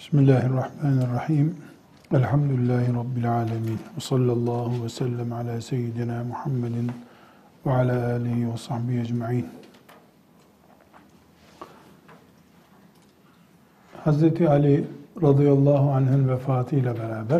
Bismillahirrahmanirrahim. Elhamdülillahi Rabbil alemin. Ve sallallahu ve sellem ala seyyidina Muhammedin ve ala alihi ve sahbihi ecma'in. Hz. Ali radıyallahu anh'ın vefatıyla beraber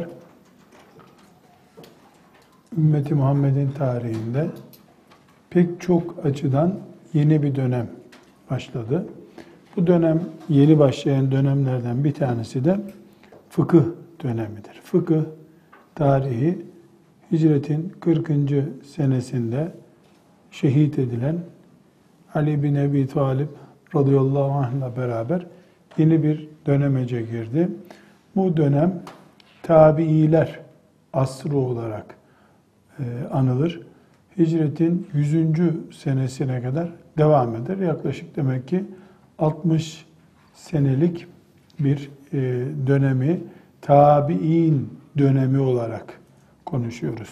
ümmeti Muhammed'in tarihinde pek çok açıdan yeni bir dönem başladı. Bu dönem yeni başlayan dönemlerden bir tanesi de fıkıh dönemidir. Fıkıh tarihi hicretin 40. senesinde şehit edilen Ali bin Ebi Talib radıyallahu anh'la beraber yeni bir dönemece girdi. Bu dönem tabiiler asrı olarak anılır. Hicretin 100. senesine kadar devam eder. Yaklaşık demek ki 60 senelik bir dönemi tabi'in dönemi olarak konuşuyoruz.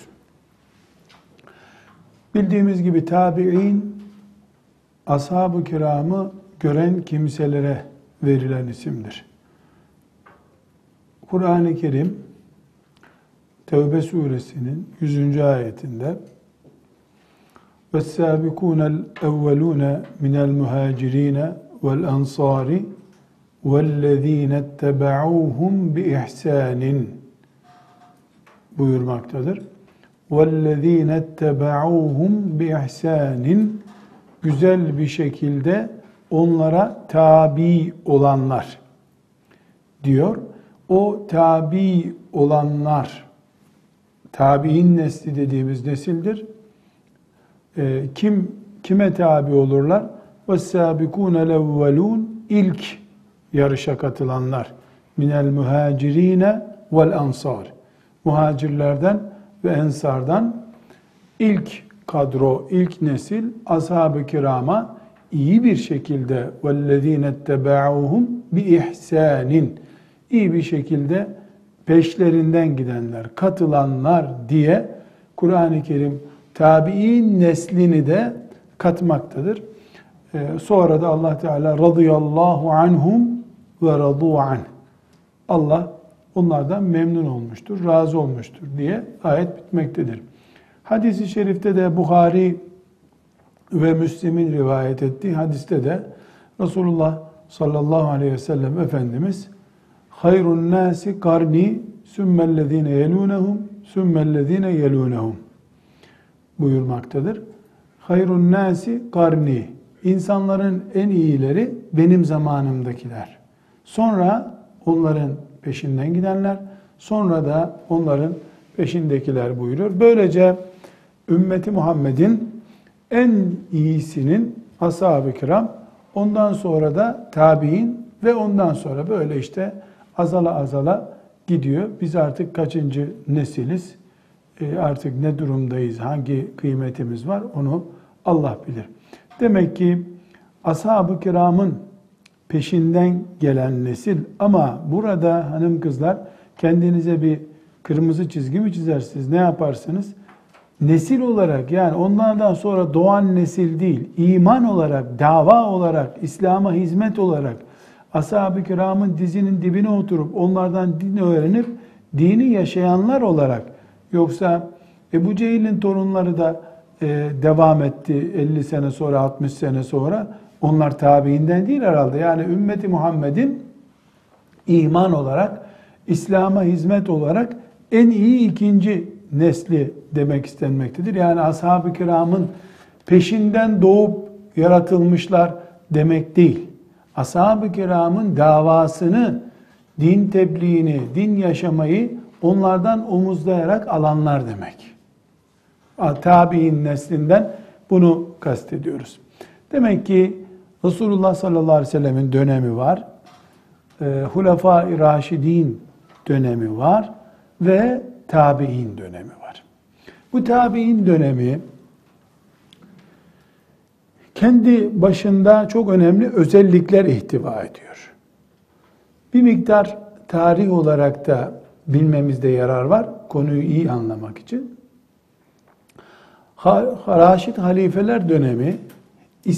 Bildiğimiz gibi tabi'in ashab-ı kiramı gören kimselere verilen isimdir. Kur'an-ı Kerim Tevbe suresinin 100. ayetinde وَالسَّابِقُونَ الْاَوَّلُونَ مِنَ الْمُهَاجِرِينَ وَالْاَنْصَارِ وَالَّذ۪ينَ اتَّبَعُوهُمْ بِإِحْسَانٍ buyurmaktadır. وَالَّذ۪ينَ اتَّبَعُوهُمْ بِإِحْسَانٍ güzel bir şekilde onlara tabi olanlar diyor. O tabi olanlar, tabi'in nesli dediğimiz nesildir. Kime tabi olurlar? وَالسَّابِقُونَ الْاَوَّلُونَ ilk yarışa katılanlar. Minel muhacirine vel ansar. Muhacirlerden ve ensardan ilk kadro, ilk nesil ashab-ı kirama iyi bir şekilde وَالَّذ۪ينَ اتَّبَعُوهُمْ بِإِحْسَانٍ iyi bir şekilde peşlerinden gidenler, katılanlar diye Kur'an-ı Kerim tabi'in neslini de katmaktadır. Sonra da Allah Teala radıyallahu anhum ve radu anh. Allah onlardan memnun olmuştur, razı olmuştur diye ayet bitmektedir. Hadis-i şerifte de Buhari ve Müslim'in rivayet ettiği hadiste de Resulullah sallallahu aleyhi ve sellem Efendimiz hayrun nasi karni sümmellezine yelunehum sümmellezine yelunehum buyurmaktadır. Hayrun nasi karni İnsanların en iyileri benim zamanımdakiler. Sonra onların peşinden gidenler, sonra da onların peşindekiler buyuruyor. Böylece ümmeti Muhammed'in en iyisinin ashab-ı kiram, ondan sonra da tabi'in ve ondan sonra böyle işte azala azala gidiyor. Biz artık kaçıncı nesiliz, artık ne durumdayız, hangi kıymetimiz var onu Allah bilir. Demek ki ashab-ı kiramın peşinden gelen nesil ama burada hanım kızlar kendinize bir kırmızı çizgi mi çizersiniz, ne yaparsınız? Nesil olarak yani onlardan sonra doğan nesil değil, iman olarak, dava olarak, İslam'a hizmet olarak ashab-ı kiramın dizinin dibine oturup onlardan din öğrenip dini yaşayanlar olarak yoksa Ebu Cehil'in torunları da devam etti 50 sene sonra 60 sene sonra onlar tabiinden değil herhalde. Yani ümmeti Muhammed'in iman olarak İslam'a hizmet olarak en iyi ikinci nesli demek istenmektedir. Yani ashab-ı kiramın peşinden doğup yaratılmışlar demek değil. Ashab-ı kiramın davasını, din tebliğini, din yaşamayı onlardan omuzlayarak alanlar demek. Tabi'in neslinden bunu kastediyoruz. Demek ki Resulullah sallallahu aleyhi ve sellemin dönemi var. Hulefâ-i Raşidîn dönemi var ve tabi'in dönemi var. Bu tabi'in dönemi kendi başında çok önemli özellikler ihtiva ediyor. Bir miktar tarih olarak da bilmemizde yarar var konuyu iyi anlamak için. Raşid halifeler dönemi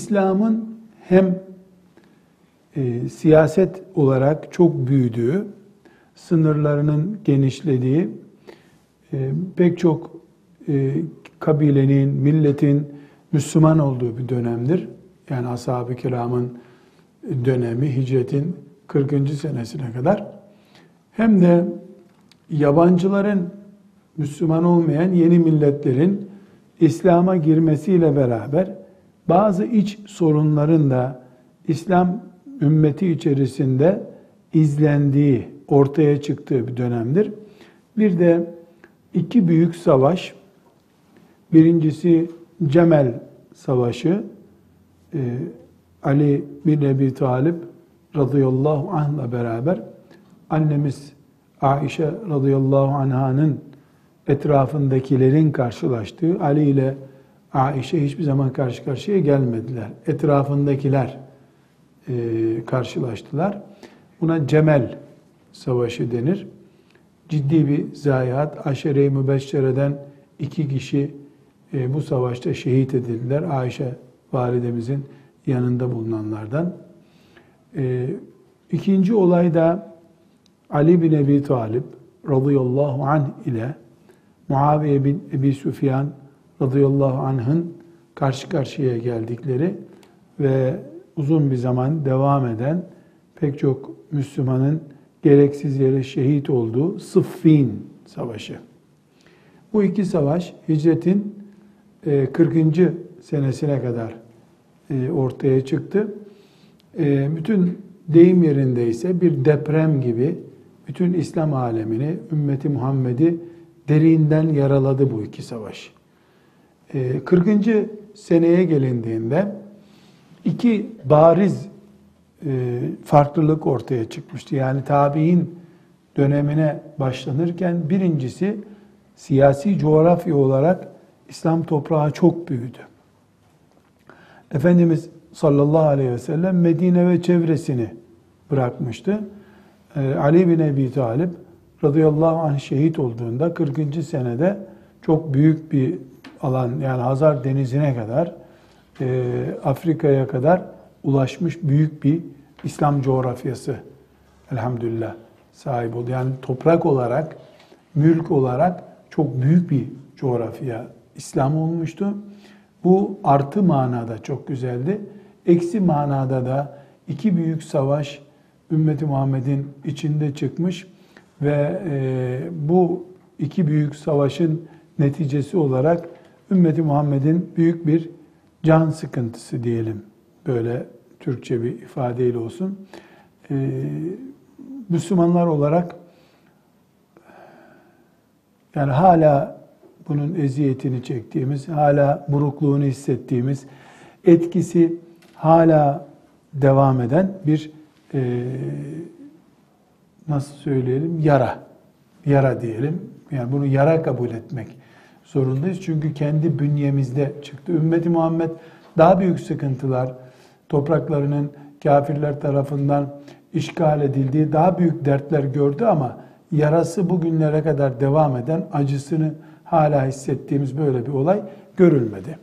İslam'ın hem siyaset olarak çok büyüdüğü sınırlarının genişlediği, pek çok kabilenin, milletin Müslüman olduğu bir dönemdir. Yani ashab-ı kiramın dönemi hicretin 40. senesine kadar. Hem de yabancıların, Müslüman olmayan yeni milletlerin İslam'a girmesiyle beraber bazı iç sorunların da İslam ümmeti içerisinde izlendiği, ortaya çıktığı bir dönemdir. Bir de iki büyük savaş, birincisi Cemel Savaşı, Ali bin Ebi Talib radıyallahu anh'la beraber annemiz Aişe radıyallahu anh'ın etrafındakilerin karşılaştığı, Ali ile Aişe hiçbir zaman karşı karşıya gelmediler. Etrafındakiler karşılaştılar. Buna Cemel Savaşı denir. Ciddi bir zayiat. Aşere-i Mübeşşere'den 2 kişi bu savaşta şehit edildiler. Ayşe validemizin yanında bulunanlardan. İkinci olay da Ali bin Ebi Talib radıyallahu anh ile Muaviye bin Ebi Süfyan radıyallahu anh'ın karşı karşıya geldikleri ve uzun bir zaman devam eden, pek çok Müslümanın gereksiz yere şehit olduğu Sıffin Savaşı. Bu iki savaş hicretin 40. senesine kadar ortaya çıktı. Bütün deyim yerinde ise bir deprem gibi bütün İslam alemini, ümmeti Muhammed'i derinden yaraladı bu iki savaş. 40. seneye gelindiğinde iki bariz farklılık ortaya çıkmıştı. Yani tabi'in dönemine başlanırken birincisi siyasi coğrafya olarak İslam toprağı çok büyüdü. Efendimiz sallallahu aleyhi ve sellem Medine ve çevresini bırakmıştı. Ali bin Ebi Talib radıyallahu anh şehit olduğunda 40. senede çok büyük bir alan, yani Hazar Denizi'ne kadar, Afrika'ya kadar ulaşmış büyük bir İslam coğrafyası elhamdülillah sahip oldu. Yani toprak olarak, mülk olarak çok büyük bir coğrafya İslam olmuştu. Bu artı manada çok güzeldi. Eksi manada da iki büyük savaş ümmeti Muhammed'in içinde çıkmış ve bu iki büyük savaşın neticesi olarak ümmeti Muhammed'in büyük bir can sıkıntısı diyelim, böyle Türkçe bir ifadeyle olsun. Müslümanlar olarak yani hala bunun eziyetini çektiğimiz, hala burukluğunu hissettiğimiz, etkisi hala devam eden bir nasıl söyleyelim, yara diyelim. Yani bunu yara kabul etmek zorundayız. Çünkü kendi bünyemizde çıktı. Ümmeti Muhammed daha büyük sıkıntılar, topraklarının kafirler tarafından işgal edildiği daha büyük dertler gördü ama yarası bugünlere kadar devam eden, acısını hala hissettiğimiz böyle bir olay görülmedi.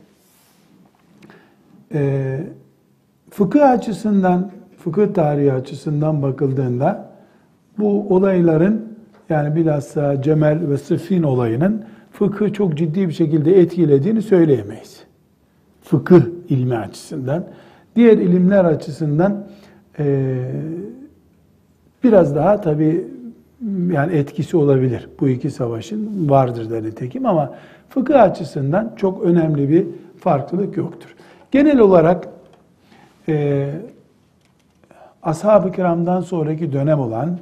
Fıkıh açısından, fıkıh tarihi açısından bakıldığında bu olayların, yani bilhassa Cemel ve Sıffin olayının fıkhı çok ciddi bir şekilde etkilediğini söyleyemeyiz. Fıkıh ilmi açısından. Diğer ilimler açısından biraz daha tabii yani etkisi olabilir. Bu iki savaşın vardır da nitekim, ama fıkıh açısından çok önemli bir farklılık yoktur. Genel olarak ashab-ı kiramdan sonraki dönem olan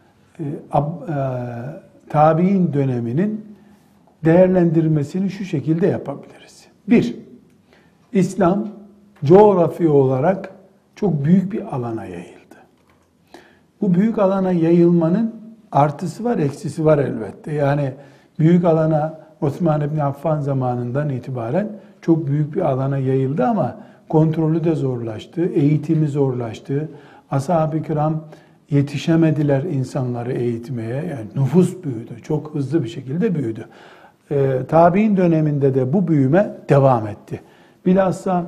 tabi'in döneminin değerlendirmesini şu şekilde yapabiliriz. 1. İslam coğrafi olarak çok büyük bir alana yayıldı. Bu büyük alana yayılmanın artısı var, eksisi var elbette. Yani büyük alana Osman İbni Affan zamanından itibaren çok büyük bir alana yayıldı ama kontrolü de zorlaştı, eğitimi zorlaştı. Ashab-ı kiram yetişemediler insanları eğitmeye. Yani nüfus büyüdü, çok hızlı bir şekilde büyüdü. Tabi'in döneminde de bu büyüme devam etti. Bilhassa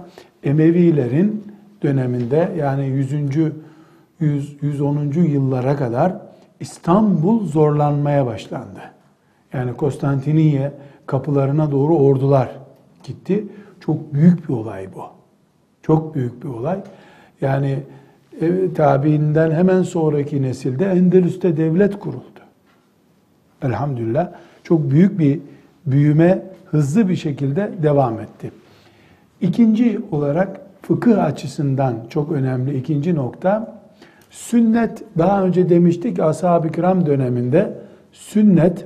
Emevilerin döneminde, yani 110. yıllara kadar İstanbul zorlanmaya başlandı. Yani Konstantiniye kapılarına doğru ordular gitti. Çok büyük bir olay bu. Çok büyük bir olay. Yani tabiinden hemen sonraki nesilde Endülüs'te devlet kuruldu. Elhamdülillah çok büyük bir büyüme hızlı bir şekilde devam etti. İkinci olarak fıkıh açısından çok önemli ikinci nokta, sünnet, daha önce demiştik ashab-ı kiram döneminde sünnet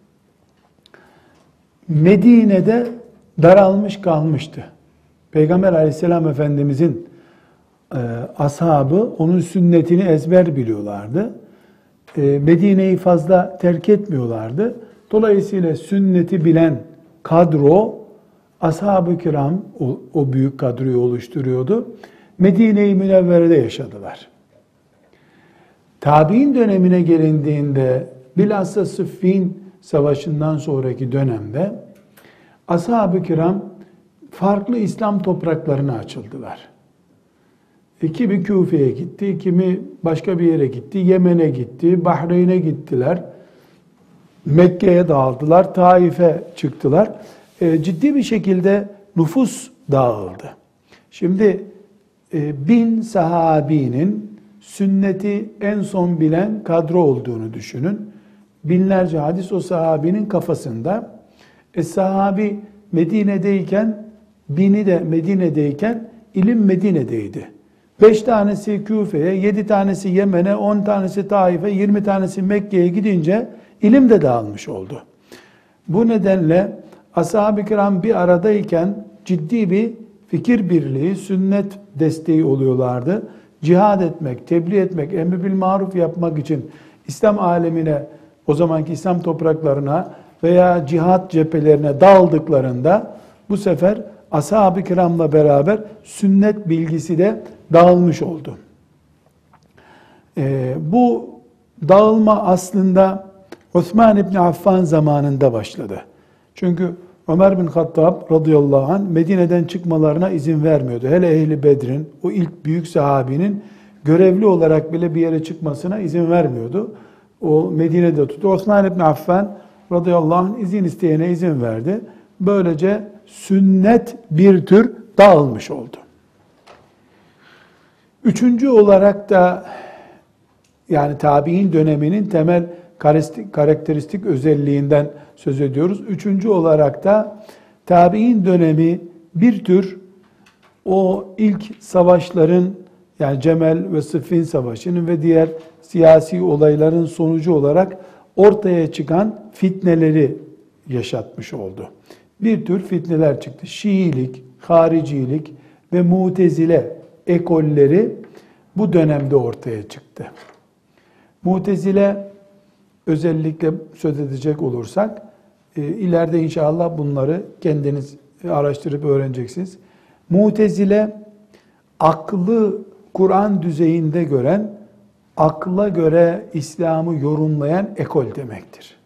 Medine'de daralmış kalmıştı. Peygamber aleyhisselam efendimizin ashabı onun sünnetini ezber biliyorlardı. Medine'yi fazla terk etmiyorlardı. Dolayısıyla sünneti bilen kadro, ashab-ı kiram o büyük kadroyu oluşturuyordu. Medine-i Münevvere'de yaşadılar. Tabi'in dönemine gelindiğinde, bilhassa Sıffin Savaşı'ndan sonraki dönemde ashab-ı kiram farklı İslam topraklarına açıldılar. Kimi Küfe'ye gitti, kimi başka bir yere gitti, Yemen'e gitti, Bahreyn'e gittiler, Mekke'ye dağıldılar, Taif'e çıktılar. Ciddi bir şekilde nüfus dağıldı. Şimdi 1000 sahabinin sünneti en son bilen kadro olduğunu düşünün. Binlerce hadis o sahabinin kafasında. Sahabi Medine'deyken, 1000'i de Medine'deyken ilim Medine'deydi. 5 tanesi Küfe'ye, 7 tanesi Yemen'e, 10 tanesi Taif'e, 20 tanesi Mekke'ye gidince ilim de dağılmış oldu. Bu nedenle ashab-ı kiram bir aradayken ciddi bir fikir birliği, sünnet desteği oluyorlardı. Cihad etmek, tebliğ etmek, emri bil maruf yapmak için İslam alemine, o zamanki İslam topraklarına veya cihat cephelerine dağıldıklarında bu sefer ashab-ı kiramla beraber sünnet bilgisi de dağılmış oldu. Bu dağılma aslında Osman İbni Affan zamanında başladı. Çünkü Ömer bin Hattab radıyallahu anh Medine'den çıkmalarına izin vermiyordu. Hele Ehli Bedir'in, o ilk büyük sahabinin görevli olarak bile bir yere çıkmasına izin vermiyordu. O Medine'de tuttu. Osman İbni Affan radıyallahu anh izin isteyene izin verdi. Böylece sünnet bir tür dağılmış oldu. Üçüncü olarak da yani tabi'in döneminin temel karakteristik özelliğinden söz ediyoruz. Üçüncü olarak da tabi'in dönemi bir tür o ilk savaşların, yani Cemel ve Sıffin Savaşı'nın ve diğer siyasi olayların sonucu olarak ortaya çıkan fitneleri yaşatmış oldu. Bir tür fitneler çıktı. Şiilik, haricilik ve Mutezile ekolleri bu dönemde ortaya çıktı. Mutezile özellikle söz edecek olursak, ileride inşallah bunları kendiniz araştırıp öğreneceksiniz. Mutezile aklı Kur'an düzeyinde gören, akla göre İslam'ı yorumlayan ekol demektir.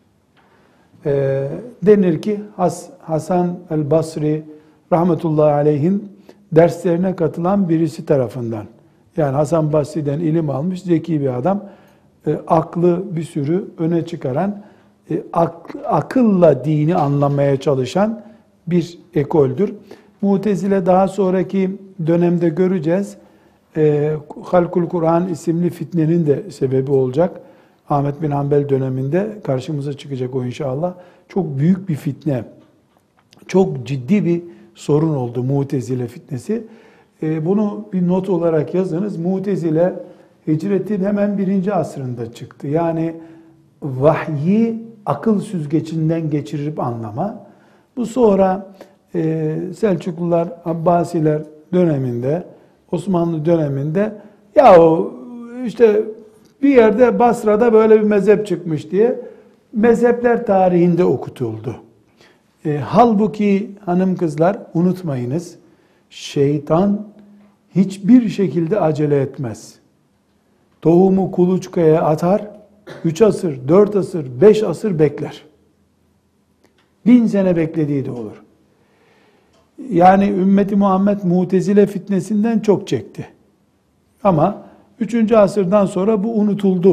Denir ki Hasan el-Basri rahmetullahi aleyhin derslerine katılan birisi tarafından, yani Hasan Basri'den ilim almış zeki bir adam, aklı bir sürü öne çıkaran, akılla dini anlamaya çalışan bir ekoldür. Mutezile daha sonraki dönemde göreceğiz. Halkul Kur'an isimli fitnenin de sebebi olacak. Ahmet bin Hanbel döneminde karşımıza çıkacak o inşallah. Çok büyük bir fitne, çok ciddi bir sorun oldu Mutezile fitnesi. Bunu bir not olarak yazınız. Mutezile hicretin hemen 1. asrında çıktı. Yani vahyi akıl süzgecinden geçirip anlama. Bu sonra Selçuklular, Abbasiler döneminde, Osmanlı döneminde yahu işte bir yerde Basra'da böyle bir mezhep çıkmış diye mezhepler tarihinde okutuldu. Halbuki hanım kızlar unutmayınız, şeytan hiçbir şekilde acele etmez. Tohumu kuluçkaya atar, 3 asır, 4 asır, 5 asır bekler. 1000 sene beklediği de olur. Yani ümmeti Muhammed Mutezile fitnesinden çok çekti. Ama 3. asırdan sonra bu unutuldu.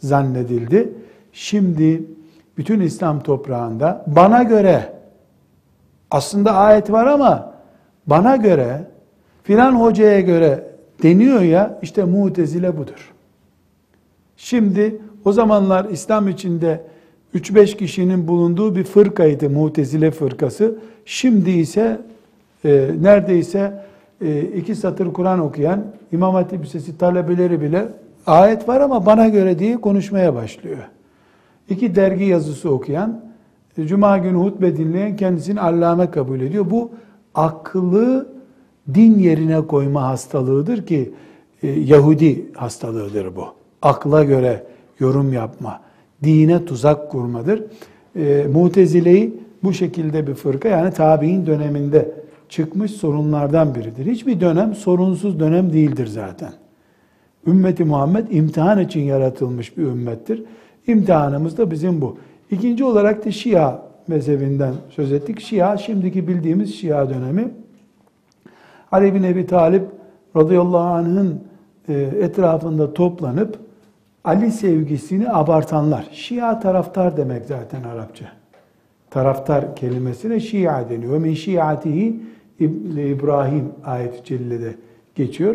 zannedildi. Şimdi bütün İslam toprağında bana göre, aslında ayet var ama bana göre, filan hocaya göre deniyor ya, işte Mu'tezile budur. Şimdi o zamanlar İslam içinde 3-5 kişinin bulunduğu bir fırkaydı Mu'tezile fırkası. Şimdi ise neredeyse 2 satır Kur'an okuyan İmam Hatip Lisesi talebeleri bile ayet var ama bana göre diye konuşmaya başlıyor. 2 dergi yazısı okuyan, Cuma günü hutbe dinleyen kendisini allame kabul ediyor. Bu aklı din yerine koyma hastalığıdır ki Yahudi hastalığıdır bu. Akla göre yorum yapma, dine tuzak kurmadır. Mu'tezile'yi bu şekilde bir fırka, yani tabi'in döneminde çıkmış sorunlardan biridir. Hiçbir dönem sorunsuz dönem değildir zaten. Ümmeti Muhammed imtihan için yaratılmış bir ümmettir. İmtihanımız da bizim bu. İkinci olarak da Şia mezhebinden söz ettik. Şia, şimdiki bildiğimiz Şia dönemi. Ali bin Ebi Talib radıyallahu anh'ın etrafında toplanıp Ali sevgisini abartanlar. Şia taraftar demek zaten Arapça. Taraftar kelimesine Şia deniyor. Min şiatihi İbrahim ayet-i cellede geçiyor.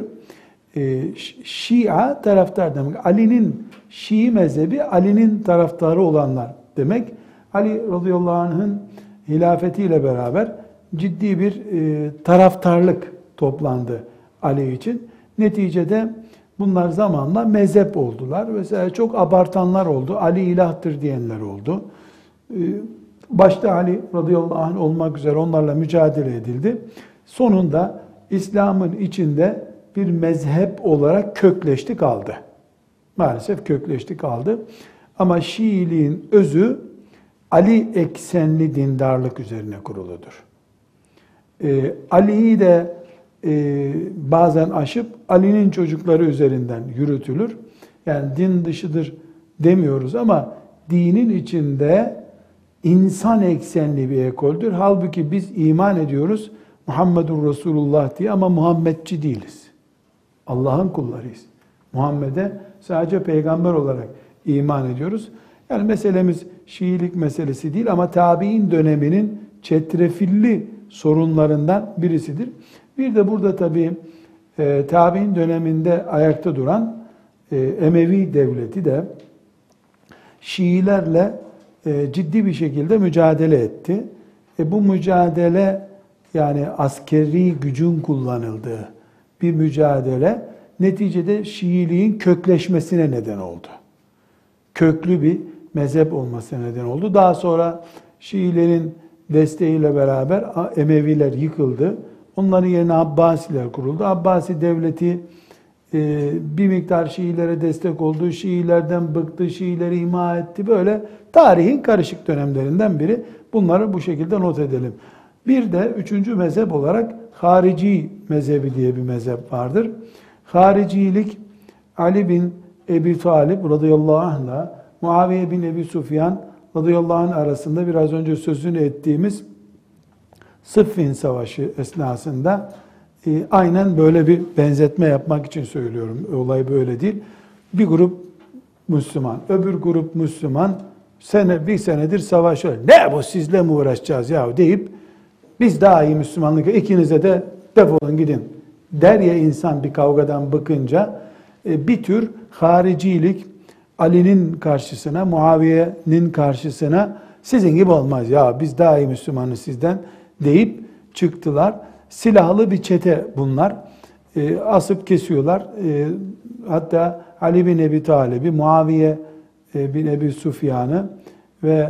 Şia taraftar demek. Ali'nin Şii mezhebi, Ali'nin taraftarı olanlar demek. Ali radıyallahu anh'ın hilafetiyle beraber ciddi bir taraftarlık toplandı Ali için. Neticede bunlar zamanla mezhep oldular. Mesela çok abartanlar oldu. Ali ilahtır diyenler oldu. Başta Ali radıyallahu anh olmak üzere onlarla mücadele edildi. Sonunda İslam'ın içinde bir mezhep olarak kökleşti kaldı. Maalesef kökleşti kaldı. Ama Şiiliğin özü Ali eksenli dindarlık üzerine kuruludur. Ali'yi de bazen aşıp Ali'nin çocukları üzerinden yürütülür. Yani din dışıdır demiyoruz ama dinin içinde insan eksenli bir ekoldür. Halbuki biz iman ediyoruz Muhammedur Resulullah diye ama Muhammedçi değiliz. Allah'ın kullarıyız. Muhammed'e sadece peygamber olarak iman ediyoruz. Yani meselemiz Şiilik meselesi değil ama tabi'in döneminin çetrefilli sorunlarından birisidir. Bir de burada tabii tabi'in döneminde ayakta duran Emevi devleti de Şiilerle ciddi bir şekilde mücadele etti. Bu mücadele, yani askeri gücün kullanıldığı bir mücadele, neticede Şiiliğin kökleşmesine neden oldu. Köklü bir mezhep olmasına neden oldu. Daha sonra Şiilerin desteğiyle beraber Emeviler yıkıldı. Onların yerine Abbasiler kuruldu. Abbasi devleti bir miktar Şiilere destek oldu. Şiilerden bıktı, Şiileri imha etti. Böyle tarihin karışık dönemlerinden biri. Bunları bu şekilde not edelim. Bir de 3. mezhep olarak harici mezhebi diye bir mezhep vardır. Haricilik, Ali bin Ebi Talib radıyallahu anh'la Muaviye bin Ebi Sufyan radıyallahu anh arasında biraz önce sözünü ettiğimiz Sıffin Savaşı esnasında aynen böyle bir benzetme yapmak için söylüyorum. Olay böyle değil. Bir grup Müslüman, öbür grup Müslüman bir senedir savaşıyor. Ne bu, sizle mi uğraşacağız ya deyip biz daha iyi Müslümanlık, ikinize de defolun gidin der ya insan bir kavgadan bıkınca. Bir tür haricilik Ali'nin karşısına, Muaviye'nin karşısına sizin gibi olmaz ya, biz daha iyi Müslümanız sizden deyip çıktılar. Silahlı bir çete bunlar. Asıp kesiyorlar. Hatta Ali bin Ebi Talib'i, Muaviye bin Ebi Sufyan'ı ve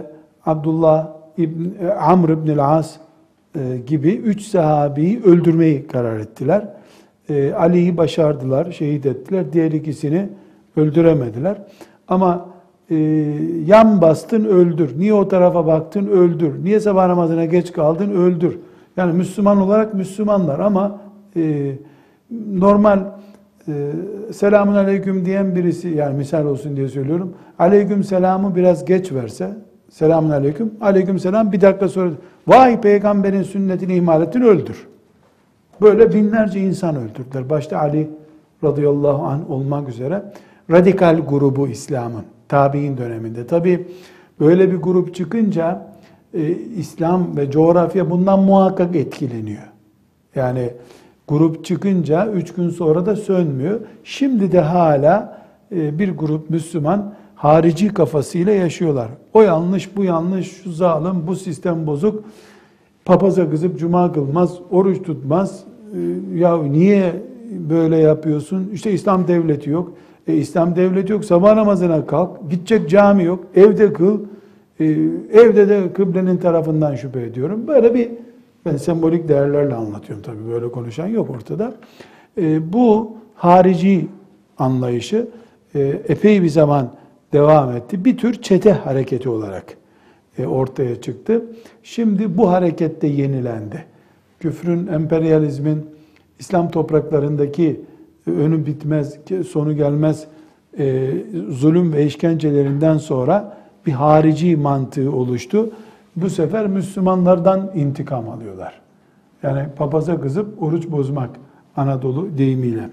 Amr ibn As gibi 3 sahabeyi öldürmeyi karar ettiler. Ali'yi başardılar, şehit ettiler. Diğer ikisini öldüremediler. Ama yan bastın öldür. Niye o tarafa baktın öldür. Niye sabah namazına geç kaldın öldür. Yani Müslüman olarak Müslümanlar ama normal selamun aleyküm diyen birisi, yani misal olsun diye söylüyorum. Aleyküm selamı biraz geç verse, selamun aleyküm, aleyküm selam, bir dakika sonra vay peygamberin sünnetini ihmal ettin öldür. Böyle binlerce insan öldürdüler. Başta Ali radıyallahu anh olmak üzere radikal grubu İslam'ın. tabi'in döneminde. Tabi böyle bir grup çıkınca İslam ve coğrafya bundan muhakkak etkileniyor. Yani grup çıkınca 3 gün sonra da sönmüyor. Şimdi de hala bir grup Müslüman harici kafasıyla yaşıyorlar. O yanlış, bu yanlış, şu zalim, bu sistem bozuk. Papaza kızıp cuma kılmaz, oruç tutmaz. Ya niye böyle yapıyorsun? İşte İslam devleti yok. İslam devleti yok. Sabah namazına kalk. Gidecek cami yok. Evde kıl. Evde de kıblenin tarafından şüphe ediyorum. Böyle bir, ben sembolik değerlerle anlatıyorum tabii. Böyle konuşan yok ortada. Bu harici anlayışı epey bir zaman devam etti. Bir tür çete hareketi olarak ortaya çıktı. Şimdi bu hareket de yenilendi. Küfrün, emperyalizmin İslam topraklarındaki önü bitmez, sonu gelmez zulüm ve işkencelerinden sonra bir harici mantığı oluştu. Bu sefer Müslümanlardan intikam alıyorlar. Yani papaza kızıp oruç bozmak Anadolu deyimiyle.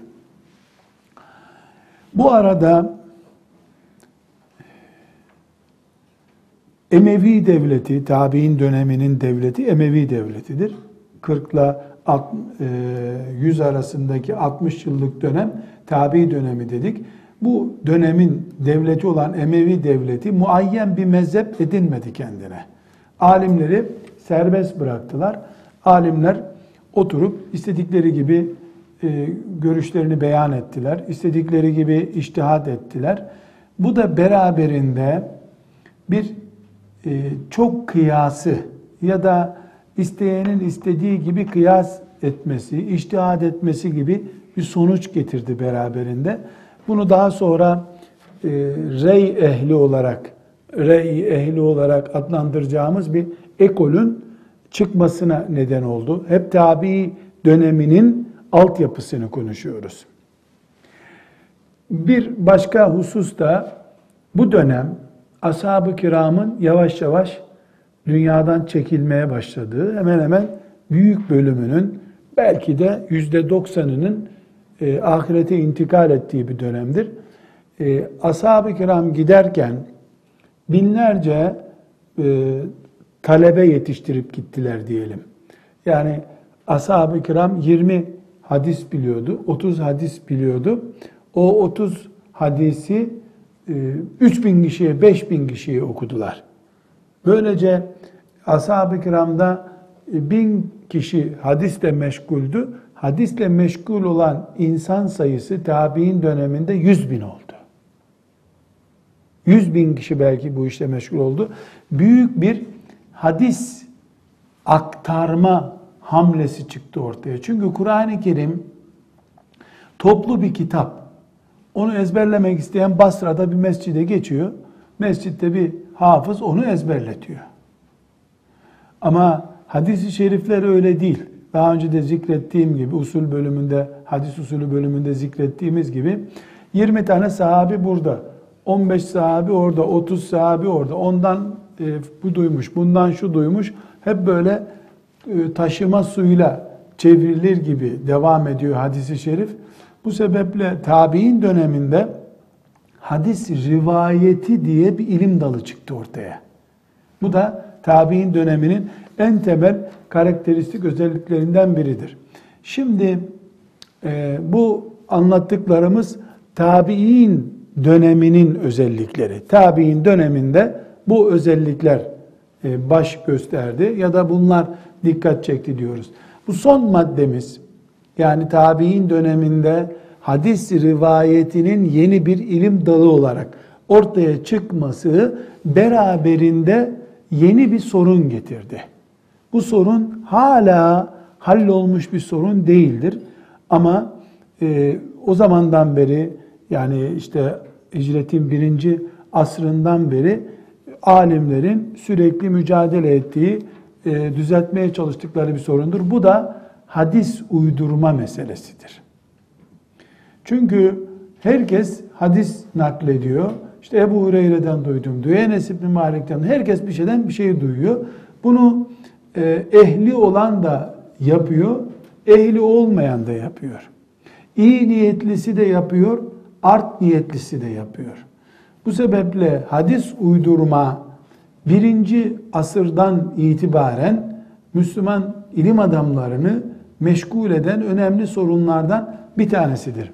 Bu arada Emevi devleti, tabi'in döneminin devleti Emevi devletidir. 40 ile 100 arasındaki 60 yıllık dönem tabi dönemi dedik. Bu dönemin devleti olan Emevi devleti muayyen bir mezhep edinmedi kendine. Alimleri serbest bıraktılar. Alimler oturup istedikleri gibi görüşlerini beyan ettiler. İstedikleri gibi içtihat ettiler. Bu da beraberinde bir çok kıyası ya da isteyenin istediği gibi kıyas etmesi, içtihat etmesi gibi bir sonuç getirdi beraberinde. Bunu daha sonra rey ehli olarak adlandıracağımız bir ekolün çıkmasına neden oldu. Hep tabi döneminin altyapısını konuşuyoruz. Bir başka husus da bu dönem ashab-ı kiramın yavaş yavaş dünyadan çekilmeye başladığı, hemen hemen büyük bölümünün, belki de %90'ının ahirete intikal ettiği bir dönemdir. Ashab-ı kiram giderken binlerce talebe yetiştirip gittiler diyelim. Yani ashab-ı kiram 20 hadis biliyordu, 30 hadis biliyordu. O 30 hadisi 3000 kişiye, 5000 kişiye okudular. Böylece ashab-ı kiramda 1000 kişi hadisle meşguldü. Hadisle meşgul olan insan sayısı tabi'in döneminde 100.000 oldu. 100.000 kişi belki bu işle meşgul oldu. Büyük bir hadis aktarma hamlesi çıktı ortaya. Çünkü Kur'an-ı Kerim toplu bir kitap. Onu ezberlemek isteyen Basra'da bir mescide geçiyor. Mescitte bir hafız onu ezberletiyor. Ama hadis-i şerifler öyle değil. Daha önce de zikrettiğim gibi usul bölümünde, hadis usulü bölümünde zikrettiğimiz gibi 20 tane sahabi burada, 15 sahabi orada, 30 sahabi orada. Ondan bu duymuş, bundan şu duymuş. Hep böyle taşıma suyla çevrilir gibi devam ediyor hadis-i şerif. Bu sebeple tabi'in döneminde hadis rivayeti diye bir ilim dalı çıktı ortaya. Bu da tabi'in döneminin en temel karakteristik özelliklerinden biridir. Şimdi bu anlattıklarımız tabi'in döneminin özellikleri. Tabi'in döneminde bu özellikler baş gösterdi ya da bunlar dikkat çekti diyoruz. Bu son maddemiz, yani tabi'in döneminde hadis rivayetinin yeni bir ilim dalı olarak ortaya çıkması beraberinde yeni bir sorun getirdi. Bu sorun hala hallolmuş bir sorun değildir. Ama o zamandan beri, yani işte hicretin 1. asrından beri alimlerin sürekli mücadele ettiği, düzeltmeye çalıştıkları bir sorundur. Bu da hadis uydurma meselesidir. Çünkü herkes hadis naklediyor. İşte Ebu Hureyre'den duydum diyor. Enes İbni Malik'ten, herkes bir şeyden bir şey duyuyor. Bunu ehli olan da yapıyor, ehli olmayan da yapıyor. İyi niyetlisi de yapıyor, art niyetlisi de yapıyor. Bu sebeple hadis uydurma birinci asırdan itibaren Müslüman ilim adamlarını meşgul eden önemli sorunlardan bir tanesidir.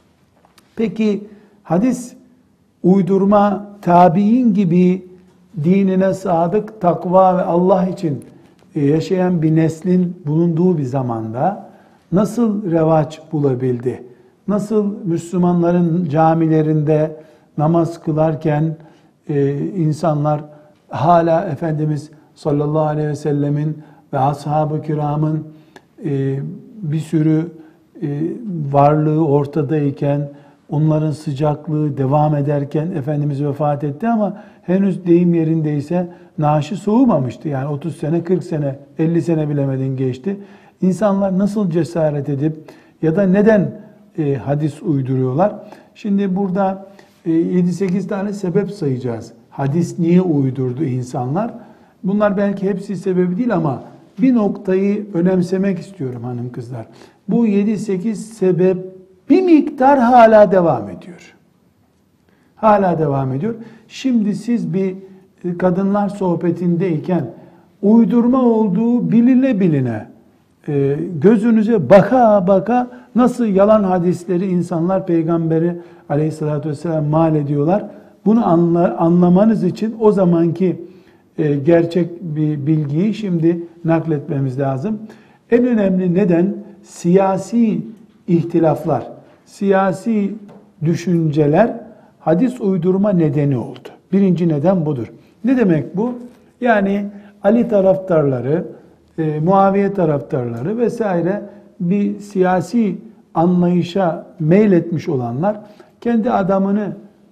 Peki hadis uydurma tabiin gibi dinine sadık, takva ve Allah için yaşayan bir neslin bulunduğu bir zamanda nasıl revaç bulabildi? Nasıl Müslümanların camilerinde namaz kılarken insanlar hala Efendimiz sallallahu aleyhi ve sellemin ve ashab-ı kiramın bir sürü varlığı ortadayken, onların sıcaklığı devam ederken Efendimiz vefat etti ama henüz deyim yerindeyse naaşı soğumamıştı. Yani 30 sene, 40 sene, 50 sene bilemedin geçti. İnsanlar nasıl cesaret edip ya da neden hadis uyduruyorlar? Şimdi burada 7-8 tane sebep sayacağız. Hadis niye uydurdu insanlar? Bunlar belki hepsi sebebi değil ama bir noktayı önemsemek istiyorum hanım kızlar. Bu 7-8 sebep bir miktar hala devam ediyor. Hala devam ediyor. Şimdi siz bir kadınlar sohbetindeyken uydurma olduğu biline biline gözünüze baka baka nasıl yalan hadisleri insanlar Peygamberi aleyhissalatü vesselam mal ediyorlar. Bunu anlamanız için o zamanki gerçek bir bilgiyi şimdi nakletmemiz lazım. En önemli neden siyasi ihtilaflar, siyasi düşünceler hadis uydurma nedeni oldu. Birinci neden budur. Ne demek bu? Yani Ali taraftarları, Muaviye taraftarları vesaire bir siyasi anlayışa meyletmiş olanlar kendi adamını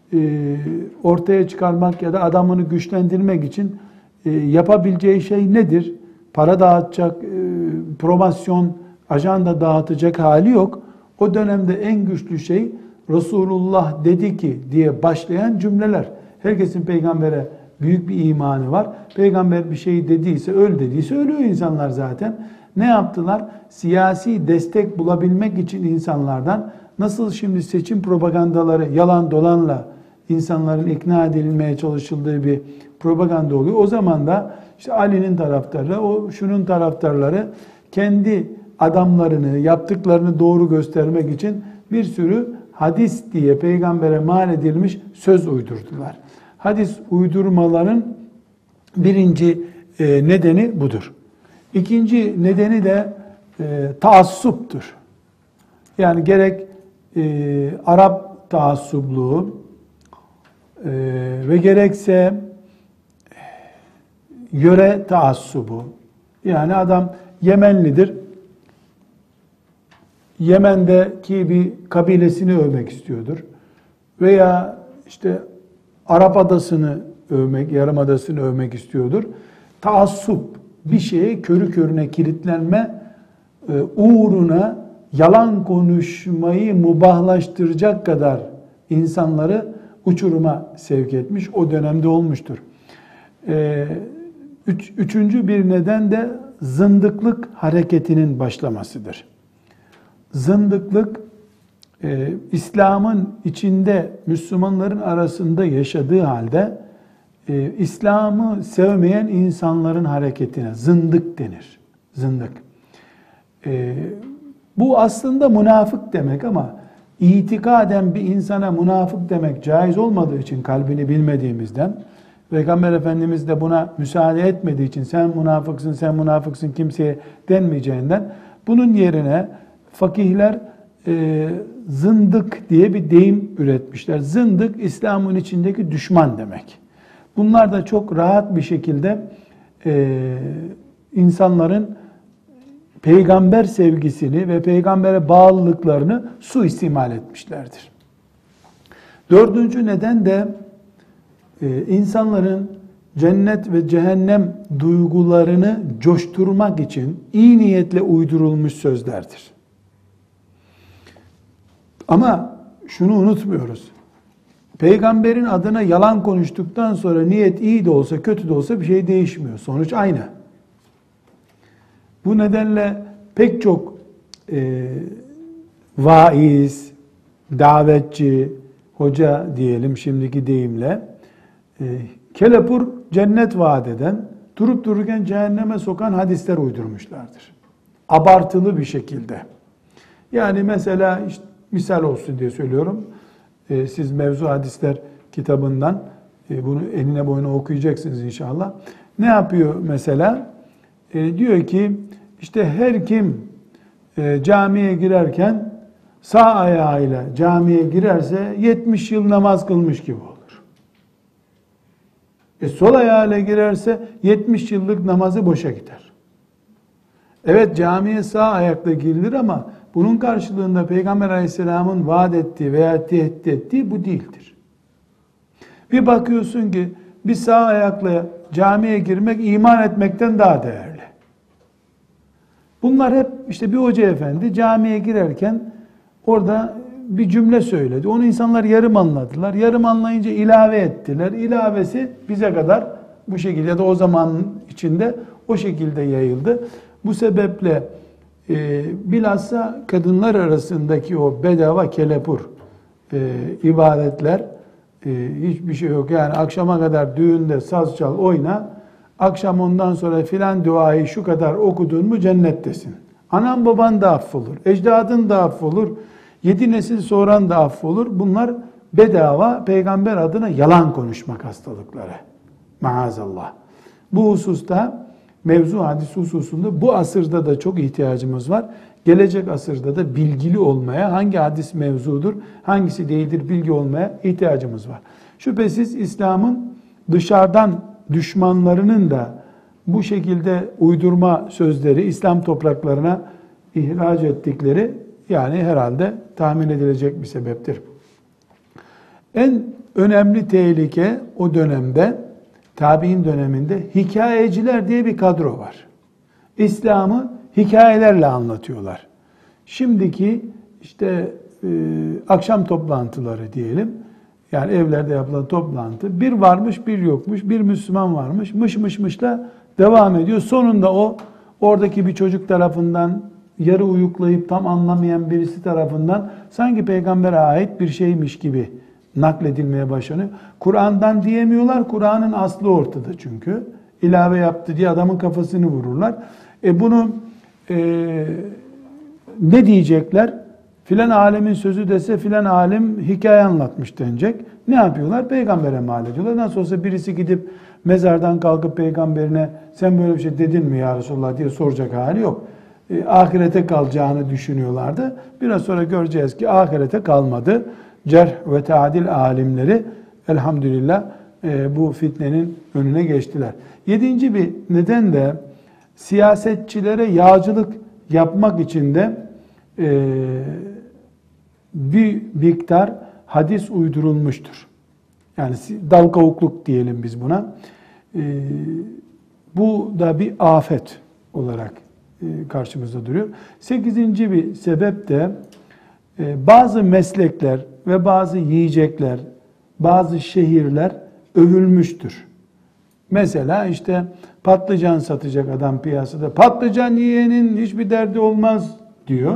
ortaya çıkarmak ya da adamını güçlendirmek için yapabileceği şey nedir? Para dağıtacak, promosyon, ajanda dağıtacak hali yok. O dönemde en güçlü şey Resulullah dedi ki diye başlayan cümleler. Herkesin peygambere büyük bir imanı var. Peygamber bir şey dediyse, öl dediyse ölüyor insanlar zaten. Ne yaptılar? Siyasi destek bulabilmek için insanlardan nasıl şimdi seçim propagandaları yalan dolanla insanların ikna edilmeye çalışıldığı bir propaganda oluyor. O zaman da işte Ali'nin taraftarları, o şunun taraftarları kendi adamlarını, yaptıklarını doğru göstermek için bir sürü hadis diye peygambere mal edilmiş söz uydurdular. Hadis uydurmaların birinci nedeni budur. İkinci nedeni de taassuptur. Yani gerek Arap taassupluğu ve gerekse yöre taassubu. Yani adam Yemenlidir. Yemen'deki bir kabilesini övmek istiyordur. Veya işte Arap adasını övmek, yarımadasını övmek istiyordur. Taassup, bir şeye körü körüne kilitlenme uğruna yalan konuşmayı mubahlaştıracak kadar insanları uçuruma sevk etmiş. O dönemde olmuştur. Üçüncü bir neden de zındıklık hareketinin başlamasıdır. Zındıklık, İslam'ın içinde Müslümanların arasında yaşadığı halde İslam'ı sevmeyen insanların hareketine zındık denir. Zındık. Bu aslında münafık demek ama itikaden bir insana münafık demek caiz olmadığı için kalbini bilmediğimizden Peygamber Efendimiz de buna müsaade etmediği için sen münafıksın, sen münafıksın kimseye denmeyeceğinden bunun yerine fakihler zındık diye bir deyim üretmişler. Zındık İslam'ın içindeki düşman demek. Bunlar da çok rahat bir şekilde insanların peygamber sevgisini ve peygambere bağlılıklarını suistimal etmişlerdir. Dördüncü neden de insanların cennet ve cehennem duygularını coşturmak için iyi niyetle uydurulmuş sözlerdir. Ama şunu unutmuyoruz. Peygamberin adına yalan konuştuktan sonra niyet iyi de olsa kötü de olsa bir şey değişmiyor. Sonuç aynı. Bu nedenle pek çok vaiz, davetçi, hoca diyelim şimdiki deyimle, kelepur cennet vaat eden, durup dururken cehenneme sokan hadisler uydurmuşlardır. Abartılı bir şekilde. Yani mesela işte, misal olsun diye söylüyorum. Siz Mevzu Hadisler kitabından bunu enine boyuna okuyacaksınız inşallah. Ne yapıyor mesela? Diyor ki işte her kim camiye girerken sağ ayağıyla camiye girerse 70 yıl namaz kılmış gibi olur. Sol ayağıyla girerse 70 yıllık namazı boşa gider. Evet, camiye sağ ayakla girilir ama bunun karşılığında Peygamber Aleyhisselam'ın vaat ettiği veya tehdit ettiği bu değildir. Bir bakıyorsun ki bir sağ ayakla camiye girmek iman etmekten daha değerli. Bunlar hep işte bir hoca efendi camiye girerken orada bir cümle söyledi. Onu insanlar yarım anladılar. Yarım anlayınca ilave ettiler. İlavesi bize kadar bu şekilde ya da o zaman içinde o şekilde yayıldı. Bu sebeple bilhassa kadınlar arasındaki o bedava kelepur ibadetler hiçbir şey yok. Yani akşama kadar düğünde saz çal oyna, akşam ondan sonra filan duayı şu kadar okudun mu cennettesin. Anan baban da affolur, ecdadın da affolur, 7 nesil soran da affolur. Bunlar bedava peygamber adına yalan konuşmak hastalıkları. Maazallah. Bu hususta mevzu hadis hususunda bu asırda da çok ihtiyacımız var. Gelecek asırda da bilgili olmaya, hangi hadis mevzudur, hangisi değildir bilgi olmaya ihtiyacımız var. Şüphesiz İslam'ın dışarıdan düşmanlarının da bu şekilde uydurma sözleri İslam topraklarına ihraç ettikleri yani herhalde tahmin edilecek bir sebeptir. En önemli tehlike o dönemde, tabi'in döneminde hikayeciler diye bir kadro var. İslam'ı hikayelerle anlatıyorlar. Şimdiki işte akşam toplantıları diyelim. Yani evlerde yapılan toplantı. Bir varmış bir yokmuş. Bir Müslüman varmış. Mışla devam ediyor. Sonunda o oradaki bir çocuk tarafından yarı uyuklayıp tam anlamayan birisi tarafından sanki peygambere ait bir şeymiş gibi nakledilmeye başlanıyor. Kur'an'dan diyemiyorlar. Kur'an'ın aslı ortada çünkü. İlave yaptı diye adamın kafasını vururlar. Bunu ne diyecekler? Filan alemin sözü dese filan alim hikaye anlatmış denecek. Ne yapıyorlar? Peygambere mal ediyorlar. Nasıl olsa birisi gidip mezardan kalkıp peygamberine sen böyle bir şey dedin mi ya Resulullah diye soracak hali yok. Ahirete kalacağını düşünüyorlardı. Biraz sonra göreceğiz ki ahirete kalmadı. Cerh ve teadil alimleri elhamdülillah bu fitnenin önüne geçtiler. 7. bir neden de siyasetçilere yağcılık yapmak için de bir miktar hadis uydurulmuştur. Yani dal kavukluk diyelim biz buna. Bu da bir afet olarak karşımızda duruyor. 8. bir sebep de bazı meslekler ve bazı yiyecekler, bazı şehirler övülmüştür. Mesela işte patlıcan satacak adam piyasada. Patlıcan yiyenin hiçbir derdi olmaz diyor.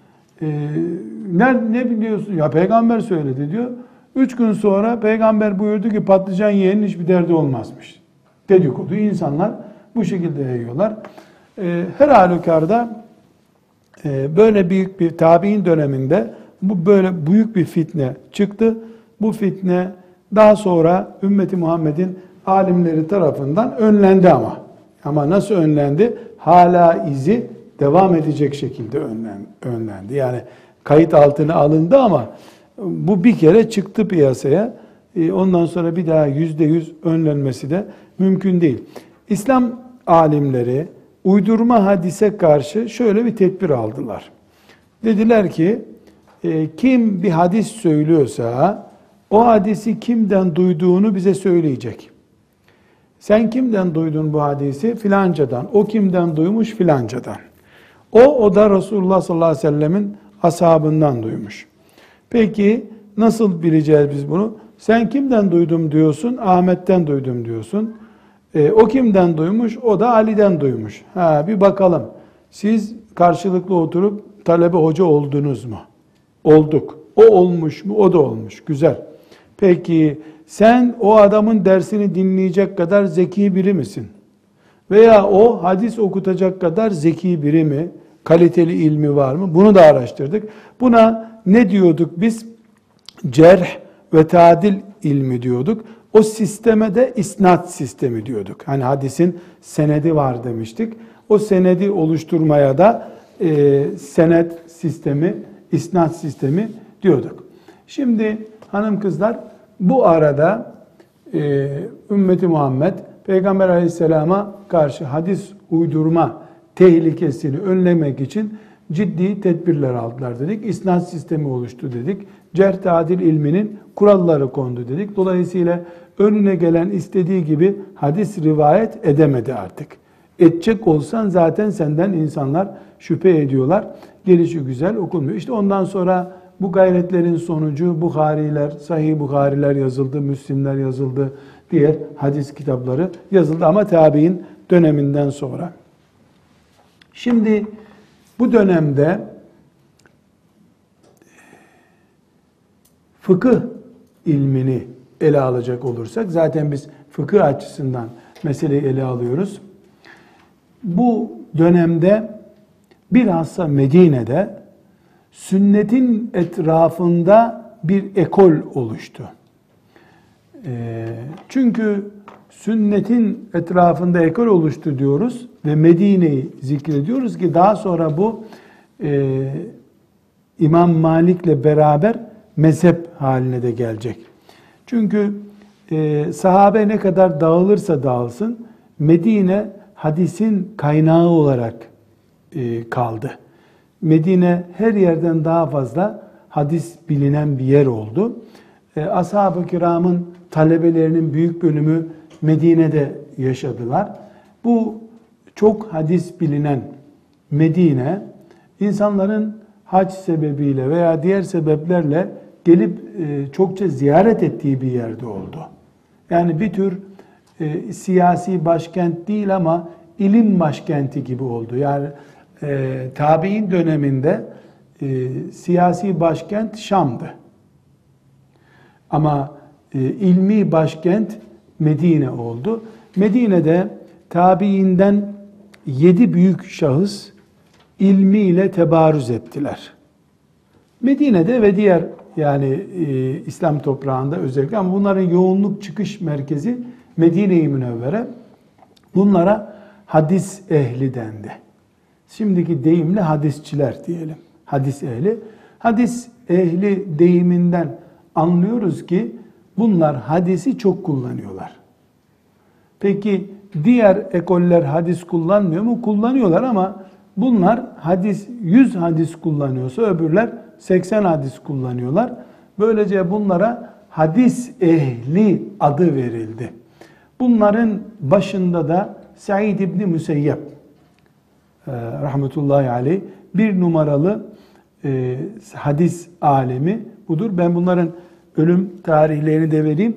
Ne biliyorsun? Ya peygamber söyledi diyor. 3 gün sonra peygamber buyurdu ki patlıcan yiyenin hiçbir derdi olmazmış. Dedikodu insanlar bu şekilde yayıyorlar. Her halükarda böyle büyük bir tabi'in döneminde bu böyle büyük bir fitne çıktı. Bu fitne daha sonra ümmeti Muhammed'in alimleri tarafından önlendi ama. Ama nasıl önlendi? Hala izi devam edecek şekilde önlendi. Yani kayıt altına alındı ama bu bir kere çıktı piyasaya. Ondan sonra bir daha %100 önlenmesi de mümkün değil. İslam alimleri uydurma hadise karşı şöyle bir tedbir aldılar. Dediler ki kim bir hadis söylüyorsa o hadisi kimden duyduğunu bize söyleyecek. Sen kimden duydun bu hadisi? Filancadan. O kimden duymuş? Filancadan. O da Resulullah sallallahu aleyhi ve sellemin ashabından duymuş. Peki nasıl bileceğiz biz bunu? Sen kimden duydum diyorsun? Ahmet'ten duydum diyorsun. O kimden duymuş? O da Ali'den duymuş. Bir bakalım. Siz karşılıklı oturup talebe hoca oldunuz mu? Olduk. O olmuş mu? O da olmuş. Güzel. Peki sen o adamın dersini dinleyecek kadar zeki biri misin? Veya o hadis okutacak kadar zeki biri mi? Kaliteli ilmi var mı? Bunu da araştırdık. Buna ne diyorduk biz? Cerh ve tadil ilmi diyorduk. O sisteme de isnat sistemi diyorduk. Hani hadisin senedi var demiştik. O senedi oluşturmaya da senet sistemi, isnat sistemi diyorduk. Şimdi hanım kızlar, bu arada ümmeti Muhammed Peygamber Aleyhisselam'a karşı hadis uydurma tehlikesini önlemek için ciddi tedbirler aldılar dedik. İsnat sistemi oluştu dedik. Cerh tadil ilminin kuralları kondu dedik. Dolayısıyla önüne gelen istediği gibi hadis rivayet edemedi artık. Edecek olsan zaten senden insanlar şüphe ediyorlar. Gelişi güzel okunmuyor. İşte ondan sonra bu gayretlerin sonucu Buhariler, Sahih Buhariler yazıldı, Müslimler yazıldı, diğer hadis kitapları yazıldı ama tabi'in döneminden sonra. Şimdi bu dönemde fıkıh ilmini ele alacak olursak, zaten biz fıkıh açısından meseleyi ele alıyoruz. Bu dönemde bilhassa Medine'de sünnetin etrafında bir ekol oluştu. Çünkü sünnetin etrafında ekol oluştu diyoruz ve Medine'yi zikrediyoruz ki daha sonra bu İmam Malik'le beraber mezhep haline de gelecek. Çünkü sahabe ne kadar dağılırsa dağılsın Medine hadisin kaynağı olarak kaldı. Medine her yerden daha fazla hadis bilinen bir yer oldu. Ashab-ı kiramın talebelerinin büyük bölümü Medine'de yaşadılar. Bu çok hadis bilinen Medine, insanların hac sebebiyle veya diğer sebeplerle gelip çokça ziyaret ettiği bir yerde oldu. Yani bir tür siyasi başkent değil ama ilim başkenti gibi oldu. Yani tabi'in döneminde siyasi başkent Şam'dı. Ama ilmi başkent Medine oldu. Medine'de tabiinden 7 büyük şahıs ilmiyle tebarüz ettiler. Medine'de ve diğer yani İslam toprağında özellikle, ama bunların yoğunluk çıkış merkezi Medine-i Münevvere. Bunlara hadis ehli dendi. Şimdiki deyimle hadisçiler diyelim. Hadis ehli. Hadis ehli deyiminden anlıyoruz ki bunlar hadisi çok kullanıyorlar. Peki diğer ekoller hadis kullanmıyor mu? Kullanıyorlar ama bunlar 100 hadis kullanıyorsa öbürler 80 hadis kullanıyorlar. Böylece bunlara hadis ehli adı verildi. Bunların başında da Said İbni Müseyyep rahmetullahi aleyh bir numaralı hadis alemi budur. Ben bunların ölüm tarihlerini de vereyim.